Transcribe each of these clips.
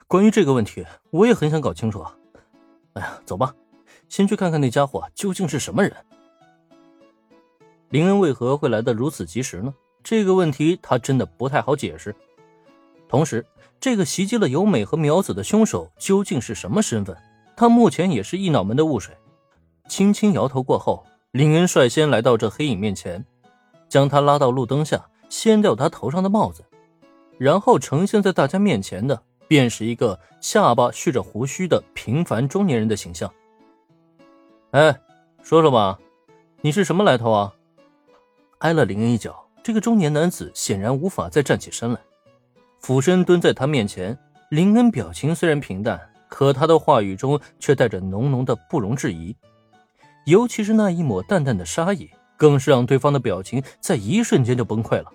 关于这个问题，我也很想搞清楚啊。哎呀，走吧，先去看看那家伙究竟是什么人。林恩为何会来得如此及时呢？这个问题他真的不太好解释。同时，这个袭击了由美和苗子的凶手究竟是什么身份，他目前也是一脑门的雾水。轻轻摇头过后，林恩率先来到这黑影面前，将他拉到路灯下，掀掉他头上的帽子，然后呈现在大家面前的便是一个下巴蓄着胡须的平凡中年人的形象。哎，说说吧，你是什么来头啊？挨了林恩一脚，这个中年男子显然无法再站起身来，俯身蹲在他面前。林恩表情虽然平淡，可他的话语中却带着浓浓的不容置疑，尤其是那一抹淡淡的杀意，更是让对方的表情在一瞬间就崩溃了。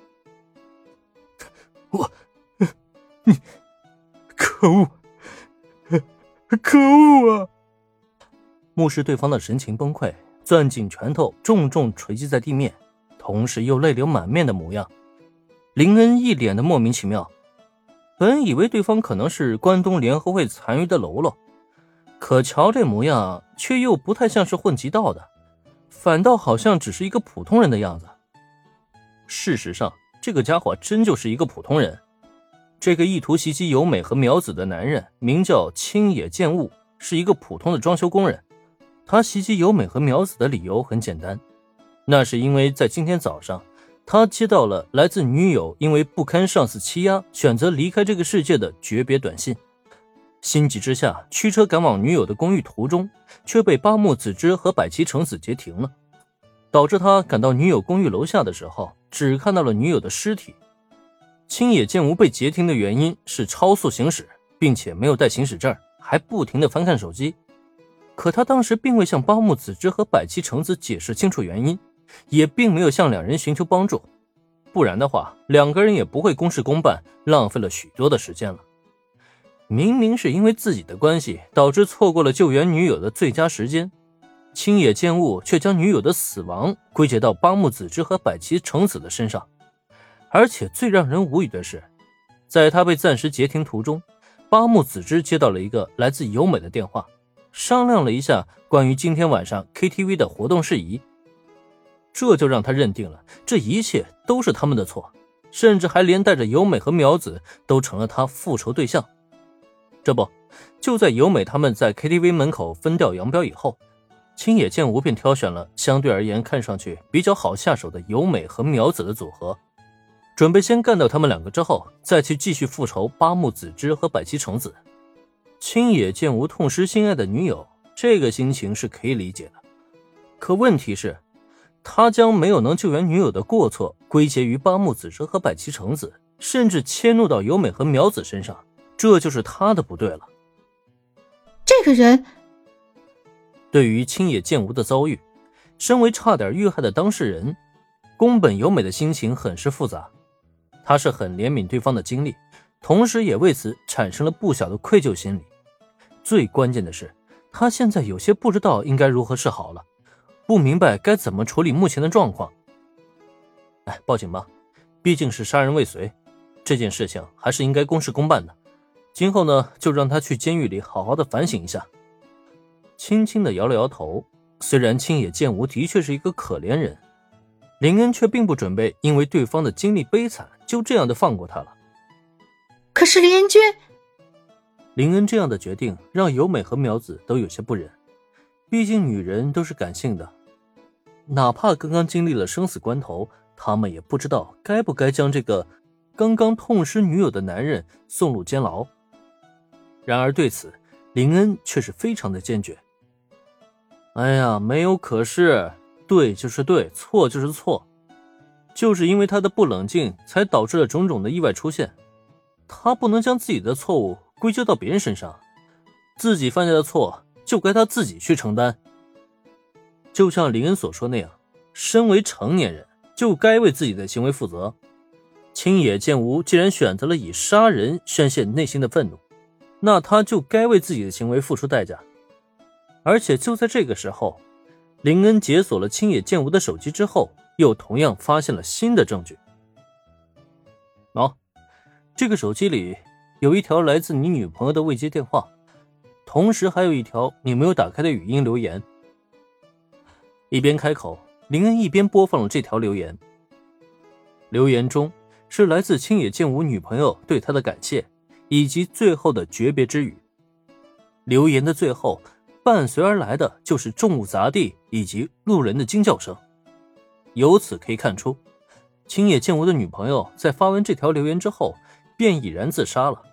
你可恶，可恶啊！目视对方的神情崩溃，攥紧拳头重重锤击在地面，同时又泪流满面的模样，林恩一脸的莫名其妙。本以为对方可能是关东联合会残余的喽啰，可瞧这模样却又不太像是混极道的，反倒好像只是一个普通人的样子。事实上，这个家伙真就是一个普通人。这个意图袭击由美和苗子的男人名叫青野健悟，是一个普通的装修工人。他袭击由美和苗子的理由很简单，那是因为在今天早上，他接到了来自女友因为不堪上司欺压选择离开这个世界的诀别短信。心急之下驱车赶往女友的公寓途中，却被八木子之和百崎橙子截停了，导致他赶到女友公寓楼下的时候只看到了女友的尸体。青野健吾被截停的原因是超速行驶，并且没有带行驶证，还不停地翻看手机。可他当时并未向八木子之和百崎橙子解释清楚原因，也并没有向两人寻求帮助，不然的话两个人也不会公事公办，浪费了许多的时间了。明明是因为自己的关系导致错过了救援女友的最佳时间，青野健悟却将女友的死亡归结到八木子之和百崎橙子的身上。而且最让人无语的是，在他被暂时截停途中，八木子之接到了一个来自由美的电话，商量了一下关于今天晚上 KTV 的活动事宜。这就让他认定了这一切都是他们的错，甚至还连带着由美和苗子都成了他复仇对象。这不，就在由美他们在 KTV 门口分道扬镳以后，青野健吾便挑选了相对而言看上去比较好下手的由美和苗子的组合，准备先干掉他们两个之后，再去继续复仇八木子之和百崎橙子。青野健吾痛失心爱的女友，这个心情是可以理解的。可问题是，他将没有能救援女友的过错归结于八木子之和百崎橙子，甚至迁怒到由美和苗子身上，这就是他的不对了。 这个人， 对于青野健吾的遭遇，身为差点遇害的当事人，宫本由美的心情很是复杂。他是很怜悯对方的经历，同时也为此产生了不小的愧疚心理。最关键的是，他现在有些不知道应该如何是好了，不明白该怎么处理目前的状况。报警吧，毕竟是杀人未遂，这件事情还是应该公事公办的。今后呢，就让他去监狱里好好的反省一下。轻轻地摇了摇头，虽然青野健吾的确是一个可怜人，林恩却并不准备因为对方的经历悲惨就这样的放过他了。 可是林恩君， 林恩这样的决定让由美和苗子都有些不忍，毕竟女人都是感性的，哪怕刚刚经历了生死关头，他们也不知道该不该将这个刚刚痛失女友的男人送入监牢。然而对此，林恩却是非常的坚决。哎呀，没有可是，对就是对，错就是错，就是因为他的不冷静才导致了种种的意外出现，他不能将自己的错误归咎到别人身上，自己犯下的错就该他自己去承担。就像林恩所说那样，身为成年人就该为自己的行为负责。青野健吾既然选择了以杀人宣泄内心的愤怒，那他就该为自己的行为付出代价。而且就在这个时候，林恩解锁了青野健吾的手机之后，又同样发现了新的证据。这个手机里有一条来自你女朋友的未接电话，同时还有一条你没有打开的语音留言。一边开口，林恩一边播放了这条留言。留言中是来自青野剑吾女朋友对他的感谢，以及最后的诀别之语。留言的最后伴随而来的就是重物砸地以及路人的惊叫声。由此可以看出，青野剑吾的女朋友在发完这条留言之后便已然自杀了。